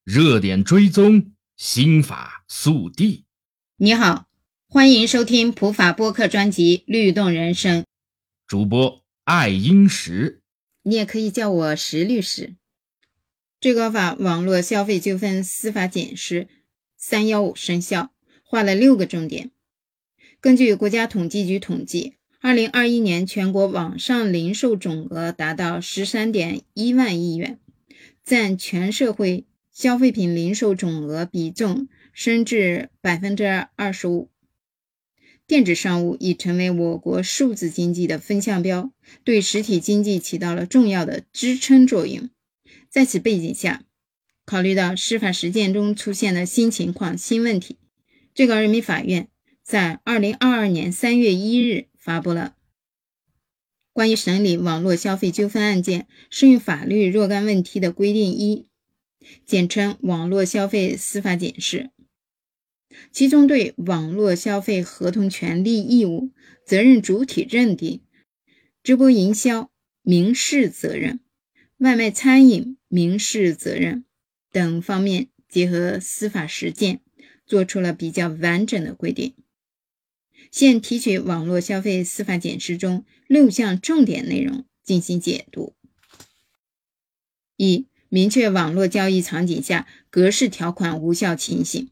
热点追踪，心法速递。 你好，欢迎收听普法播客专辑《律动人生》， 主播爱英石， 你也可以叫我石律师。最高法网络消费纠纷司法解释315生效，划了6个重点。根据国家统计局统计，2021年全国网上零售总额达到13.1万亿元，占全社会消费品零售总额比重升至 25%。电子商务已成为我国数字经济的风向标，对实体经济起到了重要的支撑作用。在此背景下，考虑到司法实践中出现的新情况、新问题，最高人民法院在2022年3月1日发布了关于审理网络消费纠纷案件适用法律若干问题的规定1，简称网络消费司法解释。其中对网络消费合同权利义务、责任主体认定、直播营销、民事责任、外卖餐饮民事责任等方面结合司法实践，做出了比较完整的规定。现提取网络消费司法解释中6项重点内容进行解读。1、明确网络交易场景下格式条款无效情形。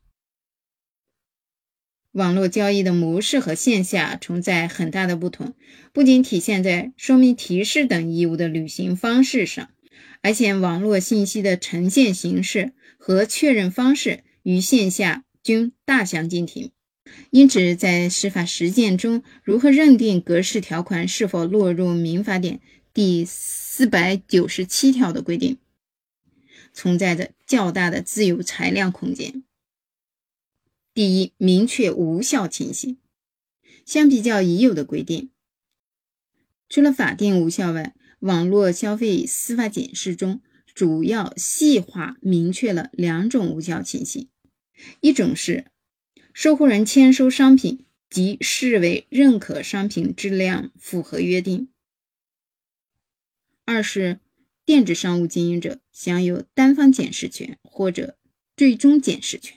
网络交易的模式和线下存在很大的不同，不仅体现在说明提示等义务的履行方式上，而且网络信息的呈现形式和确认方式与线下均大相径庭。因此，在司法实践中，如何认定格式条款是否落入民法典第497条的规定，存在着较大的自由裁量空间。第一，明确无效情形。相比较已有的规定，除了法定无效外，网络消费司法解释中主要细化明确了2种无效情形。一种是收货人签收商品即视为认可商品质量符合约定。二是电子商务经营者享有单方检视权或者最终检视权。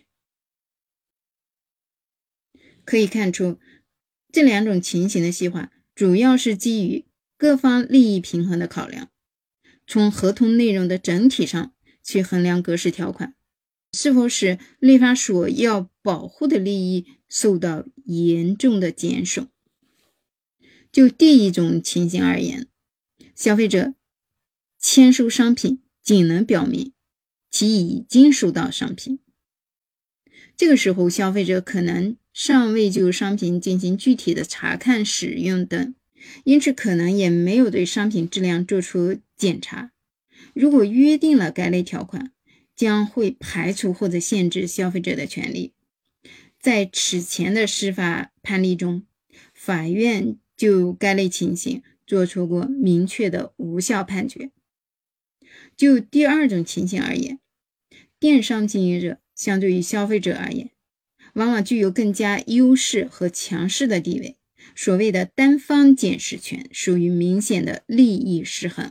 可以看出，这2种情形的细化主要是基于各方利益平衡的考量，从合同内容的整体上去衡量格式条款是否使立法所要保护的利益受到严重的减损。就第一种情形而言，消费者签收商品仅能表明其已经收到商品，这个时候消费者可能尚未就商品进行具体的查看使用等，因此可能也没有对商品质量做出检查。如果约定了该类条款，将会排除或者限制消费者的权利。在此前的司法判例中，法院就该类情形做出过明确的无效判决。就第二种情形而言，电商经营者相对于消费者而言，往往具有更加优势和强势的地位，所谓的单方检视权属于明显的利益失衡。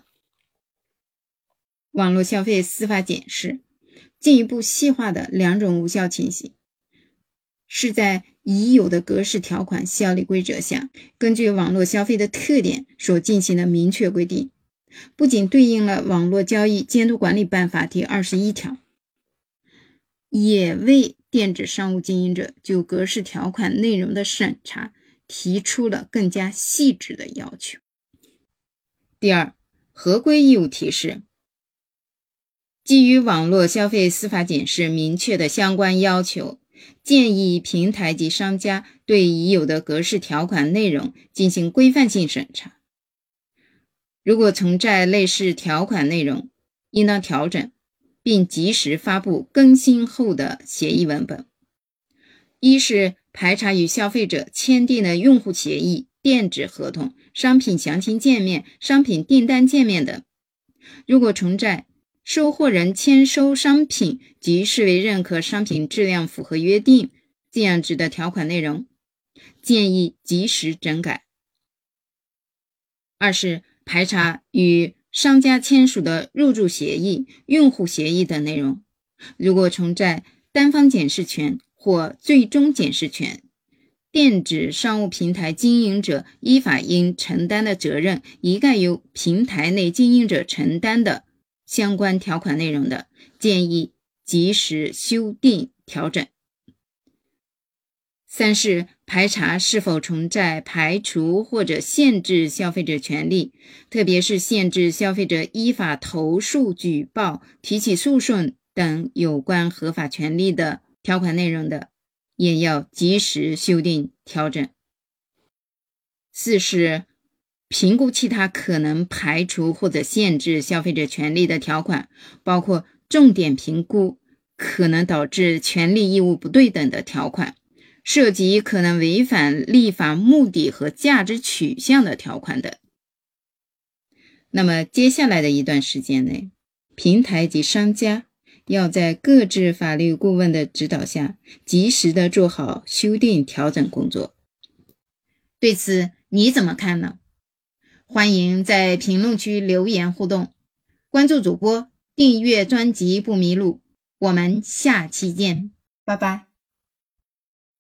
网络消费司法解释进一步细化的2种无效情形，是在已有的格式条款效力规则下，根据网络消费的特点所进行的明确规定，不仅对应了《网络交易监督管理办法》第21条，也为电子商务经营者就格式条款内容的审查提出了更加细致的要求。第二，合规义务提示。基于网络消费司法解释明确的相关要求，建议平台及商家对已有的格式条款内容进行规范性审查。如果存在类似条款内容，应当调整，并及时发布更新后的协议文本。一是排查与消费者签订的用户协议、电子合同、商品详情界面、商品订单界面等，如果存在收货人签收商品即视为认可商品质量符合约定这样子的条款内容，建议及时整改。二是排查与商家签署的入驻协议、用户协议等内容， 如果存在单方检视权或最终检视权，电子商务平台经营者依法应承担的责任一概由平台内经营者承担的相关条款内容的，建议及时修订调整。三是排查是否存在排除或者限制消费者权利，特别是限制消费者依法投诉、举报、提起诉讼等有关合法权利的条款内容的，也要及时修订调整。四是评估其他可能排除或者限制消费者权利的条款，包括重点评估可能导致权利义务不对等的条款，涉及可能违反立法目的和价值取向的条款等。那么接下来的一段时间内，平台及商家要在各自法律顾问的指导下，及时的做好修订调整工作。对此你怎么看呢？欢迎在评论区留言互动，关注主播，订阅专辑不迷路。我们下期见，拜拜。